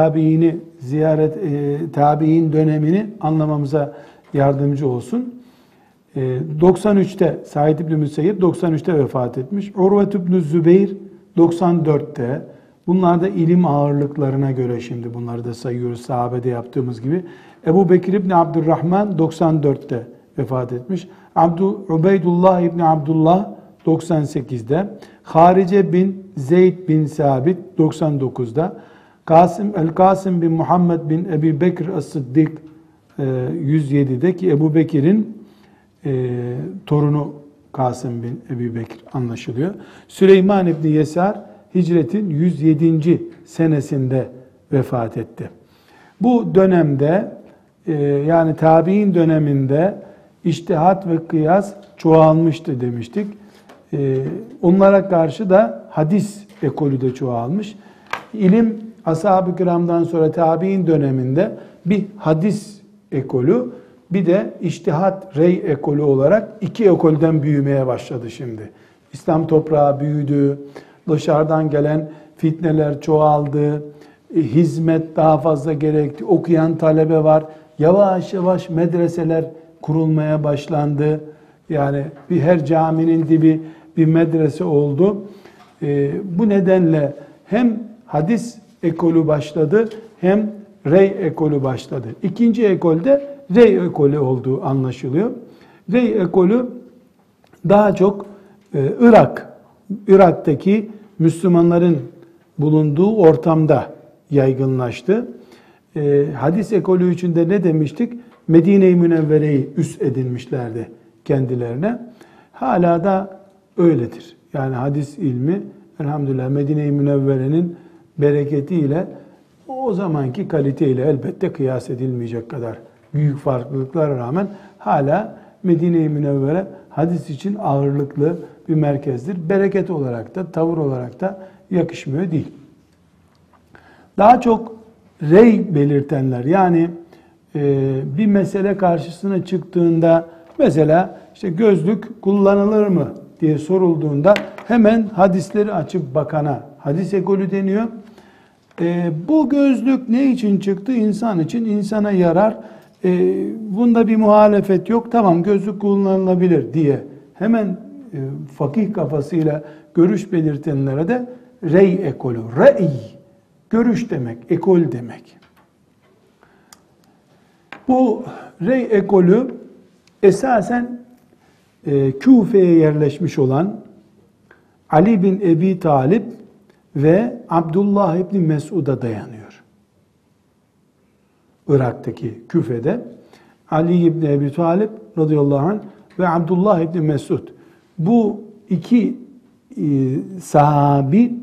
Tabi'in dönemini anlamamıza yardımcı olsun. 93'te Said İbni Müseyyep 93'te vefat etmiş. Urve İbni Zübeyir 94'te. Bunlar da ilim ağırlıklarına göre şimdi bunları da sayıyoruz sahabede yaptığımız gibi. Ebu Bekir İbni Abdurrahman 94'te vefat etmiş. Ubeydullah İbni Abdullah 98'de. Harice bin Zeyd bin Sabit 99'da. El-Kasım bin Muhammed bin Ebi Bekir As-Sıddik 107'de ki Ebu Bekir'in torunu Kasım bin Ebi Bekir anlaşılıyor. Süleyman İbni Yesar hicretin 107. senesinde vefat etti. Bu dönemde yani tabi'in döneminde içtihat ve kıyas çoğalmıştı demiştik. Onlara karşı da hadis ekolü de çoğalmış. İlim ashab-ı kiramdan sonra tabi'in döneminde bir hadis ekolü, bir de içtihat rey ekolü olarak iki ekolden büyümeye başladı şimdi. İslam toprağı büyüdü, dışarıdan gelen fitneler çoğaldı, hizmet daha fazla gerekti, okuyan talebe var. Yavaş yavaş medreseler kurulmaya başlandı. Yani her caminin dibi bir medrese oldu. Bu nedenle hem hadis ekolü başladı hem rey ekolü başladı. İkinci ekolde rey ekolü olduğu anlaşılıyor. Rey ekolü daha çok Irak'taki Müslümanların bulunduğu ortamda yaygınlaştı. Hadis ekolü içinde ne demiştik? Medine-i Münevvere'yi üs edinmişlerdi kendilerine. Hala da öyledir. Yani hadis ilmi elhamdülillah Medine-i Münevvere'nin bereketiyle o zamanki kaliteyle elbette kıyas edilmeyecek kadar büyük farklılıklara rağmen hala Medine-i Münevvere hadis için ağırlıklı bir merkezdir. Bereket olarak da, tavır olarak da yakışmıyor değil. Daha çok rey belirtenler, yani bir mesele karşısına çıktığında, mesela işte gözlük kullanılır mı diye sorulduğunda hemen hadisleri açıp bakana hadis ekolü deniyor. Bu gözlük ne için çıktı? İnsan için, insana yarar. Bunda bir muhalefet yok. Tamam, gözlük kullanılabilir diye hemen fakih kafasıyla görüş belirtenlere de rey ekolü. Rey, görüş demek, ekol demek. Bu rey ekolü esasen Küfe'ye yerleşmiş olan Ali bin Ebi Talib ve Abdullah İbni Mesud'a dayanıyor. Irak'taki Küfe'de Ali İbni Ebi Talib radıyallahu anh ve Abdullah İbni Mesud. Bu iki sahabi,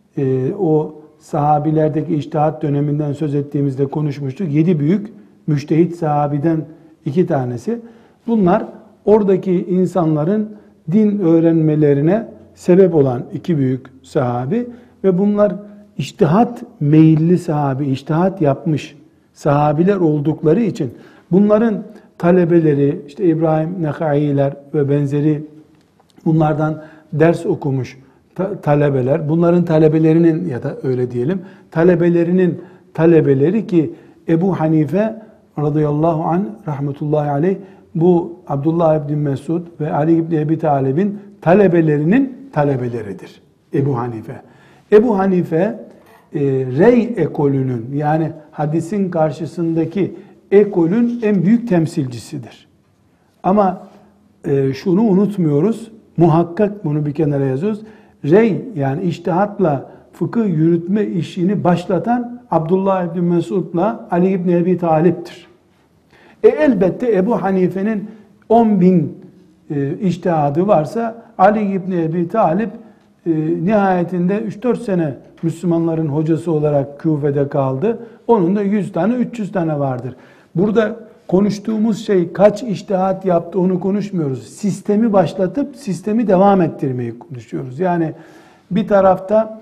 o sahabilerdeki içtihat döneminden söz ettiğimizde konuşmuştuk. 7 büyük müştehit sahabiden 2 tanesi. Bunlar oradaki insanların din öğrenmelerine sebep olan 2 büyük sahabi ve bunlar içtihat meyilli sahabi, içtihat yapmış sahabiler oldukları için bunların talebeleri, işte İbrahim Nekai'ler ve benzeri bunlardan ders okumuş talebeler, bunların talebelerinin ya da öyle diyelim, talebelerinin talebeleri ki Ebu Hanife radıyallahu anh rahmetullahi aleyh bu Abdullah İbni Mesud ve Ali İbni Ebi Talib'in talebelerinin talebeleridir Ebu Hanife. Ebu Hanife rey ekolünün, yani hadisin karşısındaki ekolün en büyük temsilcisidir. Ama şunu unutmuyoruz, muhakkak bunu bir kenara yazıyoruz. Rey, yani içtihatla fıkıh yürütme işini başlatan Abdullah İbni Mesud'la Ali İbni Ebi Talib'tir. Elbette Ebu Hanife'nin 10.000 içtihadı varsa Ali İbni Ebi Talib nihayetinde 3-4 sene Müslümanların hocası olarak Küfe'de kaldı. Onun da 100 tane 300 tane vardır. Burada konuştuğumuz şey kaç içtihat yaptı onu konuşmuyoruz. Sistemi başlatıp sistemi devam ettirmeyi konuşuyoruz. Yani bir tarafta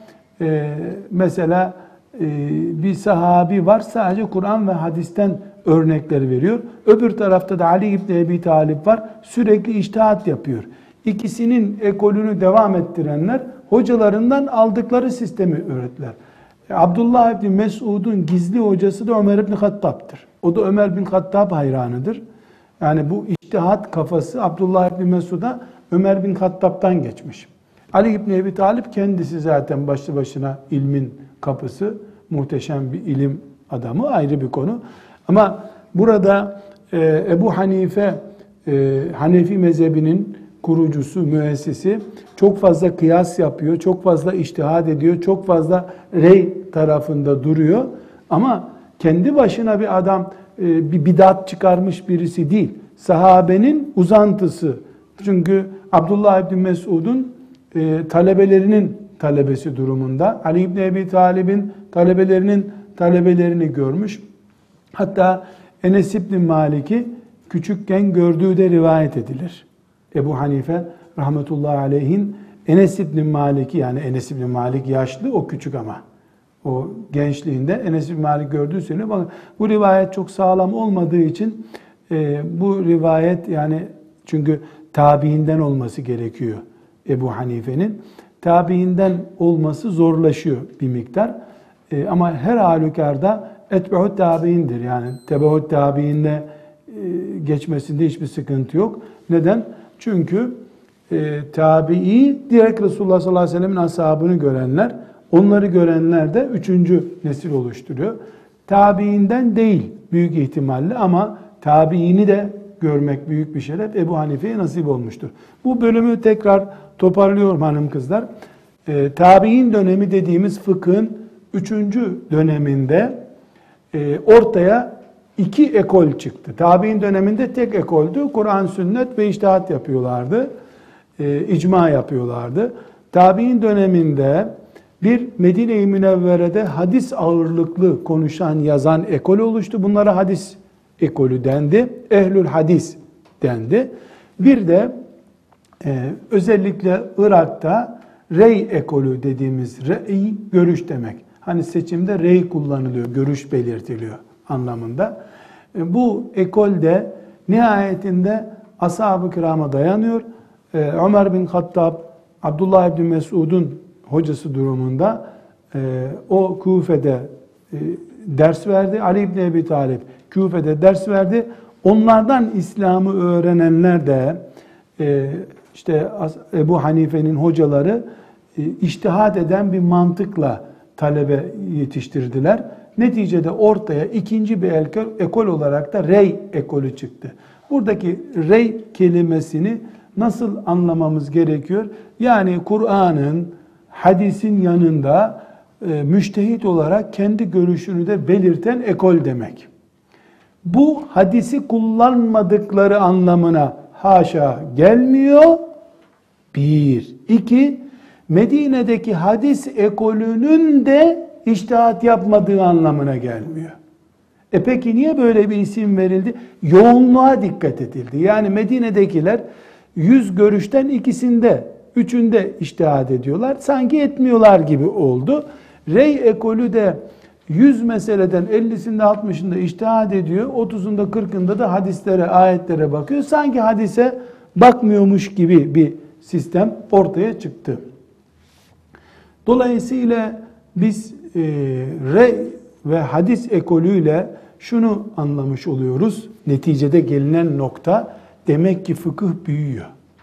mesela bir sahabi var, sadece Kur'an ve hadisten örnekleri veriyor. Öbür tarafta da Ali İbni Ebi Talib var, sürekli içtihat yapıyor. İkisinin ekolünü devam ettirenler hocalarından aldıkları sistemi öğrettiler. Abdullah İbni Mesud'un gizli hocası da Ömer İbni Hattab'tır. O da Ömer bin Hattab hayranıdır. Yani bu içtihat kafası Abdullah İbni Mesud'a Ömer bin Hattab'tan geçmiş. Ali İbni Ebi Talib kendisi zaten başlı başına ilmin kapısı, muhteşem bir ilim adamı, ayrı bir konu. Ama burada Ebu Hanife, Hanefi mezhebinin kurucusu, müessisi, çok fazla kıyas yapıyor, çok fazla içtihad ediyor, çok fazla rey tarafında duruyor. Ama kendi başına bir adam bir bidat çıkarmış birisi değil. Sahabenin uzantısı. Çünkü Abdullah İbni Mesud'un talebelerinin talebesi durumunda. Ali İbni Ebi Talib'in talebelerinin talebelerini görmüş. Hatta Enes İbni Malik'i küçükken gördüğü de rivayet edilir. Ebu Hanife rahmetullahi aleyhin Enes İbni Malik'i, yani Enes İbni Malik yaşlı, o küçük ama o gençliğinde Enes İbni Malik gördüğü söyleniyor. Bakın, bu rivayet çok sağlam olmadığı için bu rivayet, yani çünkü tabiinden olması gerekiyor Ebu Hanife'nin. Tabiinden olması zorlaşıyor bir miktar. Ama her halükarda etbe'ut tabiindir. Yani tebe'ut tabiinle geçmesinde hiçbir sıkıntı yok. Neden? Çünkü tabi'i, direkt Resulullah sallallahu aleyhi ve sellem'in ashabını görenler, onları görenler de üçüncü nesil oluşturuyor. Tabi'inden değil büyük ihtimalle ama tabi'ini de görmek büyük bir şeref Ebu Hanife'ye nasip olmuştur. Bu bölümü tekrar toparlıyorum hanım kızlar. Tabi'in dönemi dediğimiz fıkhın üçüncü döneminde ortaya iki ekol çıktı. Tabi'in döneminde tek ekoldü. Kur'an, sünnet ve içtihat yapıyorlardı. İcma yapıyorlardı. Tabi'in döneminde bir Medine-i Münevvere'de hadis ağırlıklı konuşan, yazan ekol oluştu. Bunlara hadis ekolü dendi. Ehlül hadis dendi. Bir de özellikle Irak'ta rey ekolü dediğimiz, rey görüş demek. Hani seçimde rey kullanılıyor, görüş belirtiliyor anlamında. Bu ekolde nihayetinde ashab-ı kirama dayanıyor. Ömer bin Hattab, Abdullah ibn Mesud'un hocası durumunda o Küfe'de ders verdi. Ali ibn Ebi Talib Küfe'de ders verdi. Onlardan İslam'ı öğrenenler de işte Ebu Hanife'nin hocaları içtihat eden bir mantıkla talebe yetiştirdiler. Neticede ortaya ikinci bir ekol olarak da rey ekolü çıktı. Buradaki rey kelimesini nasıl anlamamız gerekiyor? Yani Kur'an'ın, hadisin yanında müştehit olarak kendi görüşünü de belirten ekol demek. Bu hadisi kullanmadıkları anlamına haşa gelmiyor. Bir. İki, Medine'deki hadis ekolünün de içtihat yapmadığı anlamına gelmiyor. Peki niye böyle bir isim verildi? Yoğunluğa dikkat edildi. Yani Medine'dekiler 100 görüşten ikisinde, üçünde içtihat ediyorlar. Sanki etmiyorlar gibi oldu. Rey ekolü de 100 meseleden 50'sinde 60'ında içtihat ediyor. 30'unda 40'ında da hadislere, ayetlere bakıyor. Sanki hadise bakmıyormuş gibi bir sistem ortaya çıktı. Dolayısıyla biz rey ve hadis ekolüyle şunu anlamış oluyoruz. Neticede gelinen nokta, demek ki fıkıh büyüyor.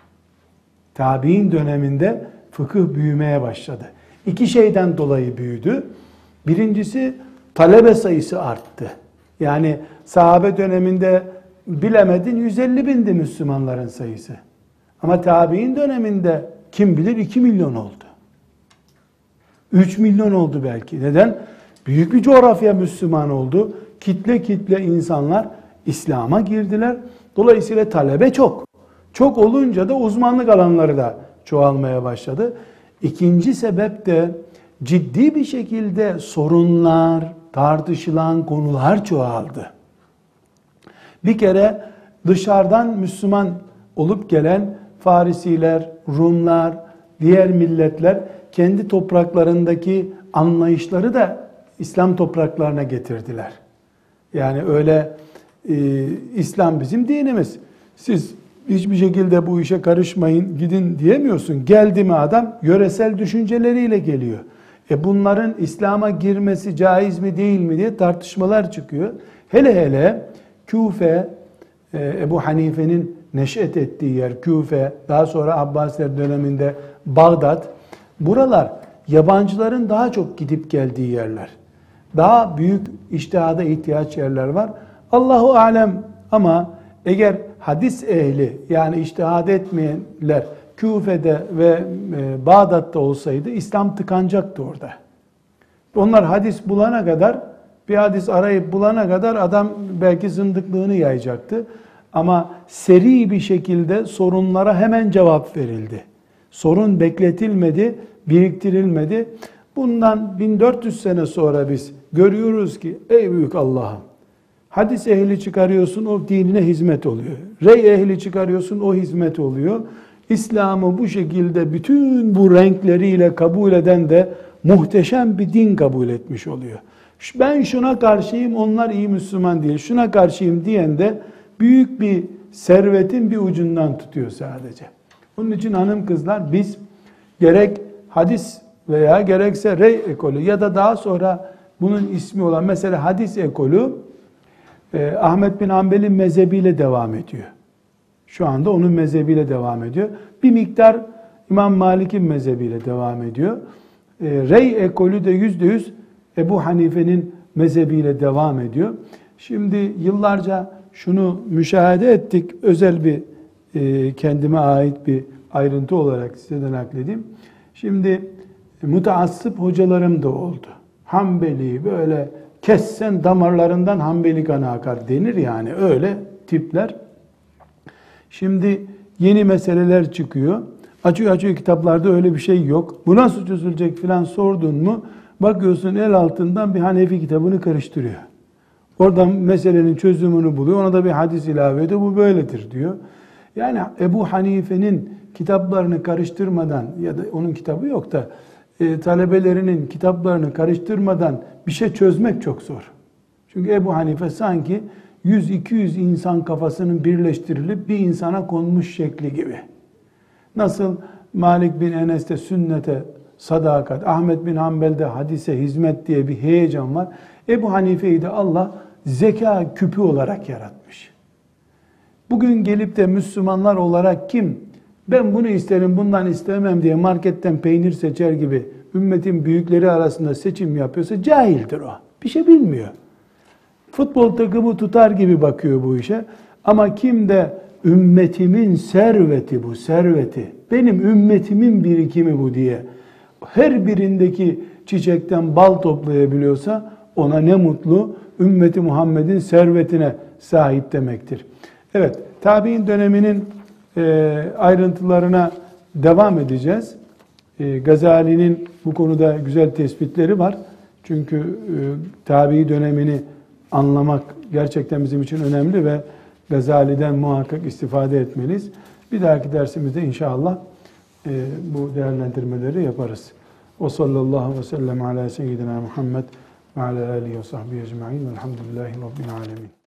Tabi'in döneminde fıkıh büyümeye başladı. İki şeyden dolayı büyüdü. Birincisi talebe sayısı arttı. Yani sahabe döneminde bilemedin 150 bindi Müslümanların sayısı. Ama tabi'in döneminde kim bilir 2 milyon oldu. 3 milyon oldu belki. Neden? Büyük bir coğrafya Müslüman oldu. Kitle kitle insanlar İslam'a girdiler. Dolayısıyla talebe çok. Çok olunca da uzmanlık alanları da çoğalmaya başladı. İkinci sebep de ciddi bir şekilde sorunlar, tartışılan konular çoğaldı. Bir kere dışarıdan Müslüman olup gelen Farisiler, Rumlar, diğer milletler kendi topraklarındaki anlayışları da İslam topraklarına getirdiler. Yani öyle İslam bizim dinimiz, siz hiçbir şekilde bu işe karışmayın, gidin diyemiyorsun. Geldi mi adam yöresel düşünceleriyle geliyor. Bunların İslam'a girmesi caiz mi değil mi diye tartışmalar çıkıyor. Hele hele Küfe, Ebu Hanife'nin neş'et ettiği yer Küfe, daha sonra Abbasiler döneminde Bağdat, buralar yabancıların daha çok gidip geldiği yerler. Daha büyük içtihada ihtiyaç yerler var. Allahu alem, ama eğer hadis ehli, yani içtihad etmeyenler Küfe'de ve Bağdat'ta olsaydı İslam tıkanacaktı orada. Onlar hadis bulana kadar, bir hadis arayıp bulana kadar adam belki zındıklığını yayacaktı. Ama seri bir şekilde sorunlara hemen cevap verildi. Sorun bekletilmedi, biriktirilmedi. Bundan 1400 sene sonra biz görüyoruz ki ey büyük Allah'ım, hadis ehli çıkarıyorsun, o dinine hizmet oluyor. Rey ehli çıkarıyorsun, o hizmet oluyor. İslam'ı bu şekilde bütün bu renkleriyle kabul eden de muhteşem bir din kabul etmiş oluyor. Ben şuna karşıyım, onlar iyi Müslüman değil. Şuna karşıyım diyen de büyük bir servetin bir ucundan tutuyor sadece. Onun için hanım kızlar, biz gerek hadis veya gerekse rey ekolü ya da daha sonra bunun ismi olan mesela hadis ekolü Ahmet bin Hanbel'in mezhebiyle devam ediyor. Şu anda onun mezhebiyle devam ediyor. Bir miktar İmam Malik'in mezhebiyle devam ediyor. Rey ekolü de %100 Ebu Hanife'nin mezhebiyle devam ediyor. Şimdi yıllarca şunu müşahede ettik. Özel bir kendime ait bir ayrıntı olarak size de nakledeyim. Şimdi müteassıp hocalarım da oldu. Hanbeli böyle kessen damarlarından Hanbeli kanı akar denir yani öyle tipler. Şimdi yeni meseleler çıkıyor. Açıyor kitaplarda öyle bir şey yok. Bu nasıl çözülecek filan sordun mu bakıyorsun el altından bir Hanefi kitabını karıştırıyor. Oradan meselenin çözümünü buluyor. Ona da bir hadis ilave ediyor. Bu böyledir diyor. Yani Ebu Hanife'nin kitaplarını karıştırmadan ya da onun kitabı yok da talebelerinin kitaplarını karıştırmadan bir şey çözmek çok zor. Çünkü Ebu Hanife sanki 100-200 insan kafasının birleştirilip bir insana konmuş şekli gibi. Nasıl Malik bin Enes'te sünnete sadakat, Ahmet bin Hanbel'de hadise hizmet diye bir heyecan var. Ebu Hanife'yi de Allah zeka küpü olarak yaratmış. Bugün gelip de Müslümanlar olarak kim ben bunu isterim bundan istemem diye marketten peynir seçer gibi ümmetin büyükleri arasında seçim yapıyorsa cahildir o. Bir şey bilmiyor. Futbol takımı tutar gibi bakıyor bu işe. Ama kim de ümmetimin serveti bu, serveti. Benim ümmetimin birikimi bu diye her birindeki çiçekten bal toplayabiliyorsa ona ne mutlu, ümmeti Muhammed'in servetine sahip demektir. Evet, tabi'in döneminin ayrıntılarına devam edeceğiz. Gazali'nin bu konuda güzel tespitleri var. Çünkü tabi dönemini anlamak gerçekten bizim için önemli ve Gazali'den muhakkak istifade etmeliyiz. Bir dahaki dersimizde inşallah bu değerlendirmeleri yaparız. O sallallahu ve sellem ala seyyidina Muhammed ve ala alihi ve sahbihi ecma'in velhamdülillahi rabbil alemin.